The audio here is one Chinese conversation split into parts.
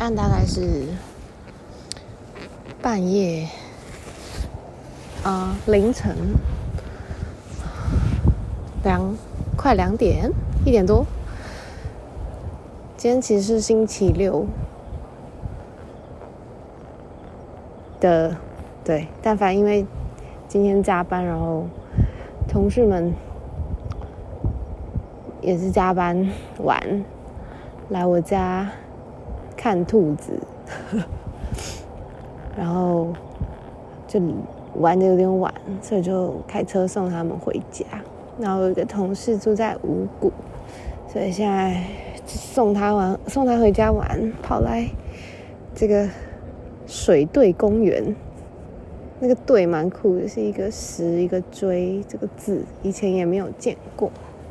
在大概是半夜凌晨快2点1点多。今天其实是星期六的，对，但凡因为今天加班，然后同事们也是加班晚来我家看兔子然后就玩得有点晚，所以就开车送他们回家。然后有一个同事住在五股，所以现在送他回家玩，跑来这个水队公园。那个队蛮酷的，是一个石一个锥这个字，以前也没有见过。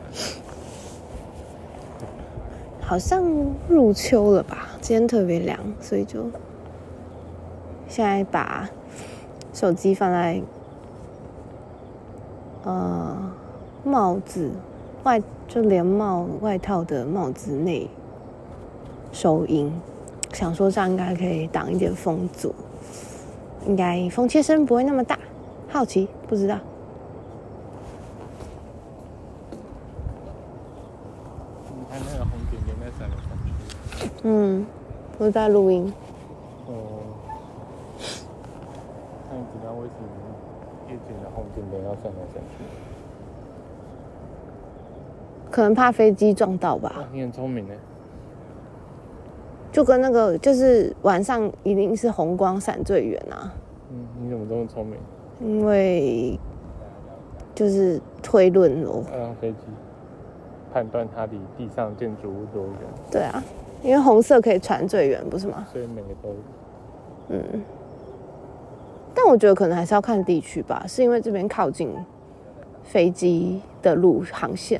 好像入秋了吧，今天特别凉，所以就现在把手机放在帽子就连帽外套的帽子内收音，想说这样应该可以挡一点风阻，应该风切声不会那么大。好奇不知道。 你看那个红点点在闪来闪去。我在录音。 那你知道为什么夜景的红点点要闪来闪去？ 可能怕飞机撞到吧。 你很聪明耶。 就跟那个就是晚上一定是红光闪最远啊。 你怎么这么聪明？ 因为就是推论咯。 要让飞机判断它离地上建筑物多远。 对啊，因为红色可以传最远，不是吗？ 所以每个都有。 但我觉得可能还是要看地区吧，是因为这边靠近飞机的路航线。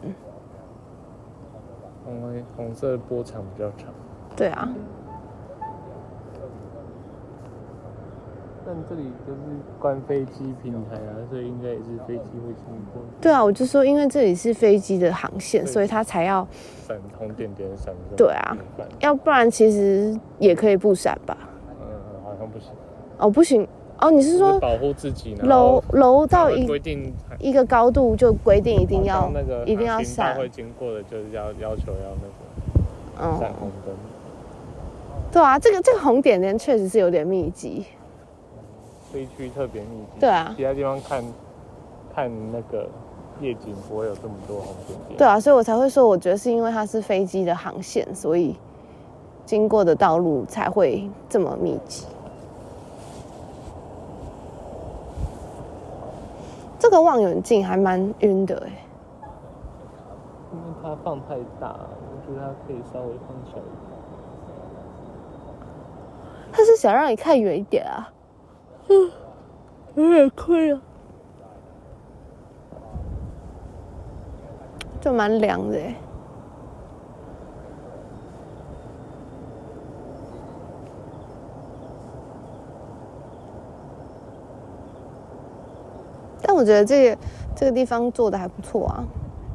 因为红色的波长比较长。 对啊。 但这里就是关飞机平台啊，所以应该也是飞机会经过。 对啊，我就说因为这里是飞机的航线，所以它才要闪红点点闪。 对啊，要不然其实也可以不闪吧。 好像不行。 不行。你是说保护自己？ 楼到规定一个高度就规定一定要闪， 会经过的就是要求要那个闪红灯。 对啊，这个红点点确实是有点密集。 这一区特别密集。 对啊， 其他地方看那个夜景不会有这么多红点点。 对啊，所以我才会说，我觉得是因为它是飞机的航线，所以经过的道路才会这么密集。这个望远镜还蛮晕的因为它放太大，我觉得它可以稍微放小一点。 它是想让你看远一点啊。有点亏啊。就蛮凉的但我觉得这个地方做的还不错啊。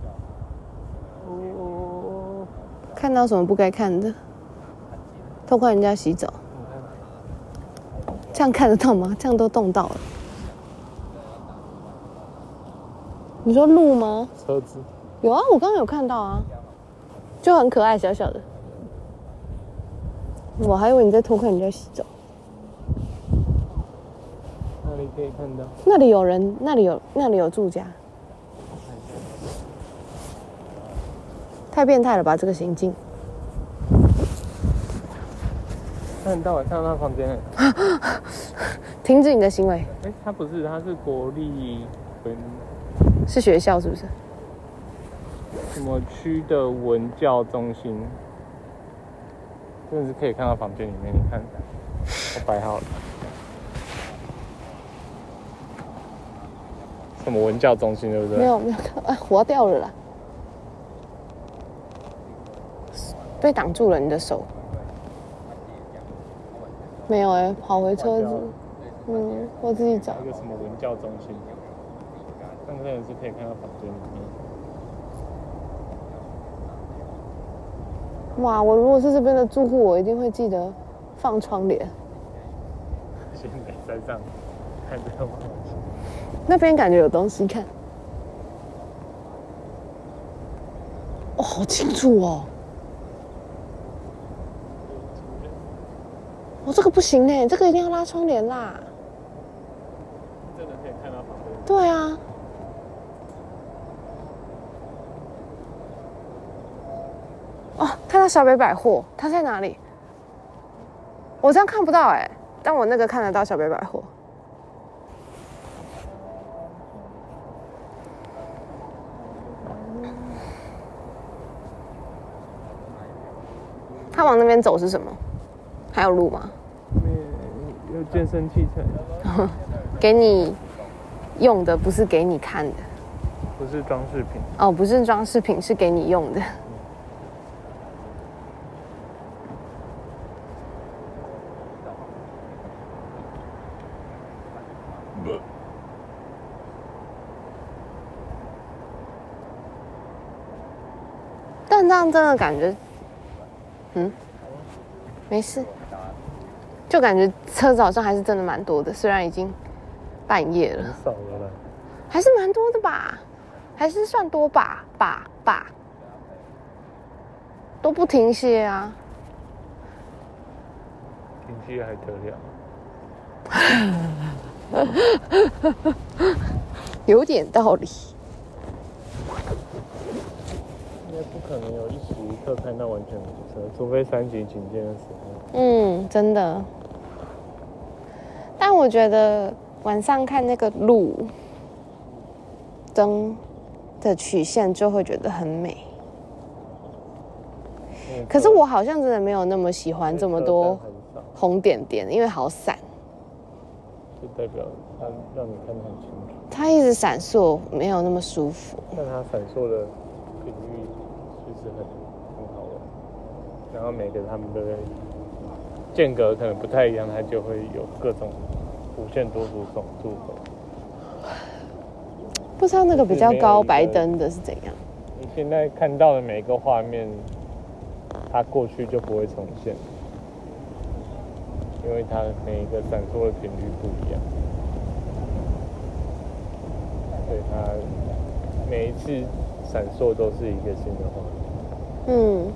看到什么不该看的？偷看人家洗澡。这样看得到吗？这样都动到了。你说路吗？ 车子。 有啊，我刚刚有看到啊，就很可爱，小小的。我还以为你在偷看人家洗澡。 哪里可以看到？ 那里有人，那里有住家。太变态了吧，这个行径。 看到房间停止你的行为。 它不是，它是国立是学校是不是？ 什么区的文教中心？真的是可以看到房间里面，你看，我摆好了。什么文教中心对不对？ 没有看到，活掉了啦，被挡住了你的手。没有跑回车子。我自己找。 一个什么文教中心，但真的是可以看到房间里面。 哇，我如果是这边的住户，我一定会记得放窗帘。 先在山上看这个东西。 那边感觉有东西看。哦，好清楚哦。哦，这个不行呢，这个一定要拉窗帘啦。 真的可以看到旁边。 对啊。哦，看到小北百货，它在哪里？我这样看不到哎，但我那个看得到小北百货。他往那边走是什么？还有路吗？ 有健身器材。 给你用的，不是给你看的。 不是装饰品。 哦，不是装饰品，是给你用的。但这样真的感觉，没事，就感觉车子好像还是真的蛮多的，虽然已经半夜了， 很少了啦， 还是蛮多的吧，还是算多吧，都不停歇啊， 停歇还得了？ 有点道理。 应该不可能有一时一刻看到完全没车，除非3级警戒的时候。 真的。但我觉得晚上看那个路灯的曲线就会觉得很美。可是我好像真的没有那么喜欢这么多红点点，因为好闪。 就代表它让你看得很清楚。 它一直闪烁，没有那么舒服。 但它闪烁的频率其实很好玩，然后每个他们的间隔可能不太一样，它就会有各种无限多组组合。 不知道那个比较高白灯的是怎样？ 你现在看到的每一个画面，它过去就不会重现，因为它每一个闪烁的频率不一样，所以它每一次闪烁都是一个新的画面。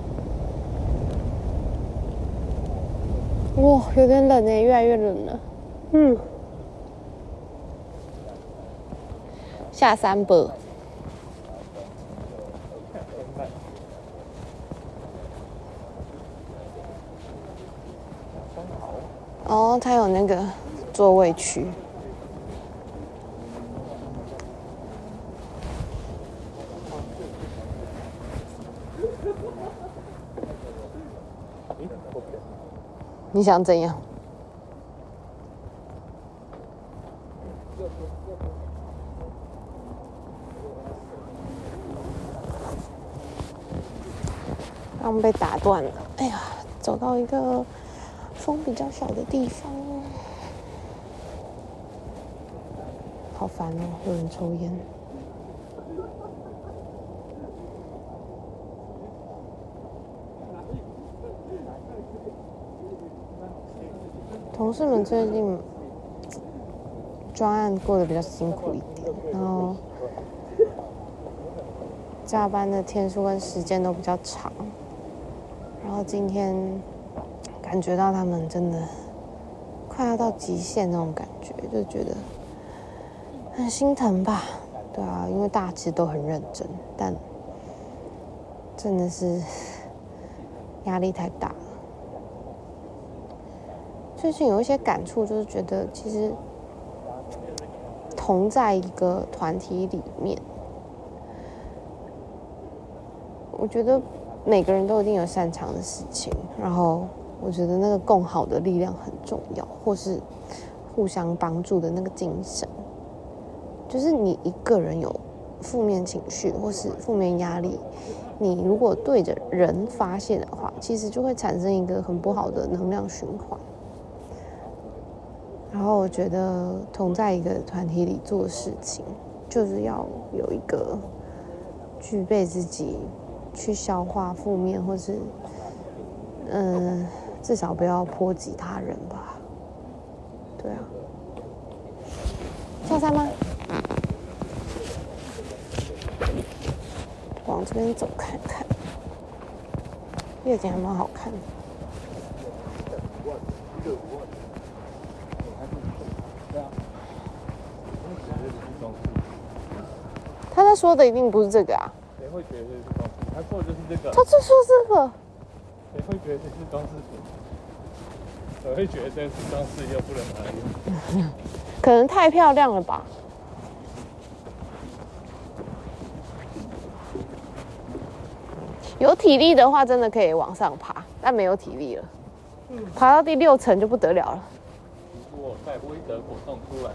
哇，有点冷耶，越来越冷了。下山吧。哦，它有那个座位区。你想怎样？刚被打断了。哎呀，走到一个风比较小的地方，好烦哦！有人抽烟。同事们最近专案过得比较辛苦一点，然后加班的天数跟时间都比较长，然后今天感觉到他们真的快要到极限那种感觉，就觉得很心疼吧。对啊，因为大家其实都很认真，但真的是压力太大了。最近有一些感触，就是觉得其实同在一个团体里面，我觉得每个人都一定有擅长的事情，然后我觉得那个共好的力量很重要，或是互相帮助的那个精神。就是你一个人有负面情绪或是负面压力，你如果对着人发泄的话，其实就会产生一个很不好的能量循环。然后我觉得同在一个团体里做事情，就是要有一个具备自己去消化负面或是至少不要波及他人吧。对啊，下山吗？往这边走看看，夜景还蛮好看的。他在说的一定不是这个啊！ 谁会觉得这是装饰？他说的就是这个。 他就说这个。 谁会觉得这是装饰品？我会觉得这是装饰又不能拿来用。 可能太漂亮了吧。有体力的话，真的可以往上爬，但没有体力了，爬到第6层就不得了了。 如果在威德果冻出来，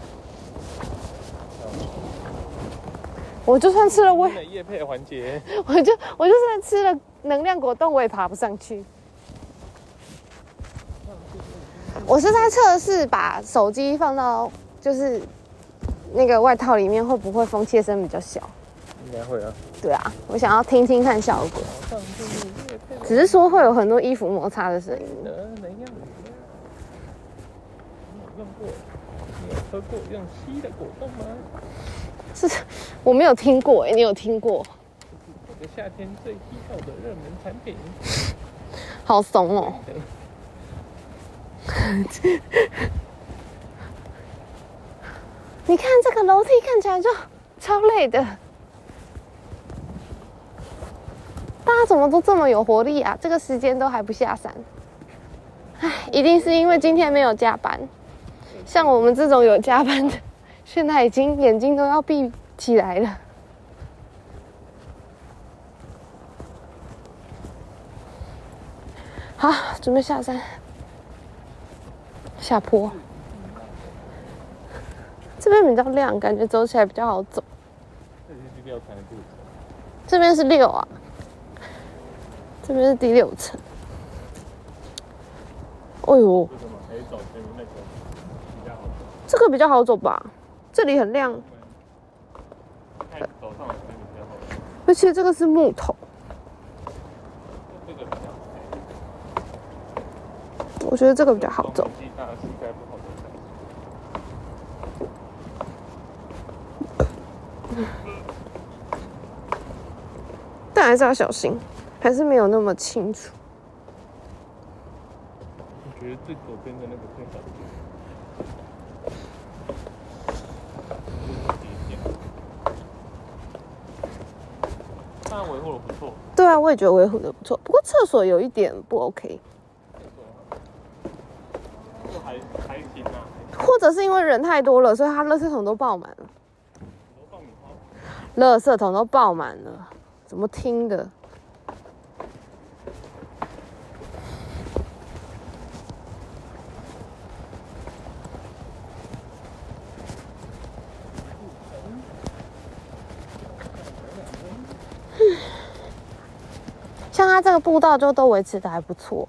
我就算吃了业配环节， 我就算吃了能量果冻，我也爬不上去。我是在测试把手机放到就是那个外套里面，会不会风切声比较小？ 应该会啊。对啊，我想要听听看效果。只是说会有很多衣服摩擦的声音。 你有用过？你有喝过用吸的果冻吗？ 是，我没有听过你有听过？ 这个夏天最必要的热门产品。 好怂哦！你看这个楼梯看起来就超累的，大家怎么都这么有活力啊？这个时间都还不下山，唉，一定是因为今天没有加班。像我们这种有加班的，现在已经眼睛都要闭起来了。好，准备下山，下坡。这边比较亮，感觉走起来比较好走。这边是6啊，这边是第6层。哎呦，这个比较好走吧？这里很亮，而且这个是木头。我觉得这个比较好走。但还是要小心，还是没有那么清楚。 我觉得最左边的那个最好。当然维护的不错。 对啊，我也觉得维护的不错，不过厕所有一点不 OK。还行啊。或者是因为人太多了，所以他垃圾桶都爆满了。垃圾桶都爆满了，怎么听的？像它这个步道就都维持的还不错，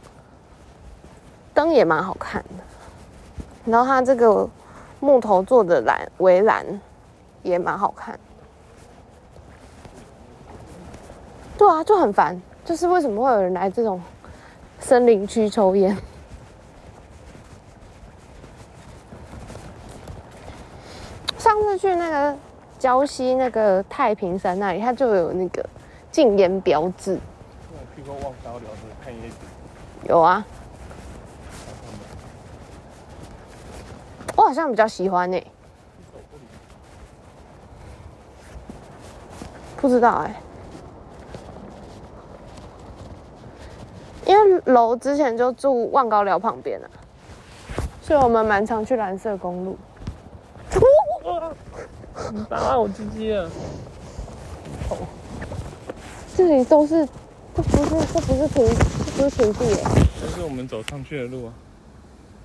灯也蛮好看的，然后它这个木头做的围栏也蛮好看。对啊，就很烦，就是为什么会有人来这种森林区抽烟？上次去那个礁溪那个太平山那里，它就有那个禁烟标志。 我去过望高寮的看夜景。 有啊。我好像比较喜欢不知道因为楼之前就住望高寮旁边啊，所以我们蛮常去蓝色公路。 你打到我鸡鸡了！ 这里都是，这不是平地这是我们走上去的路啊。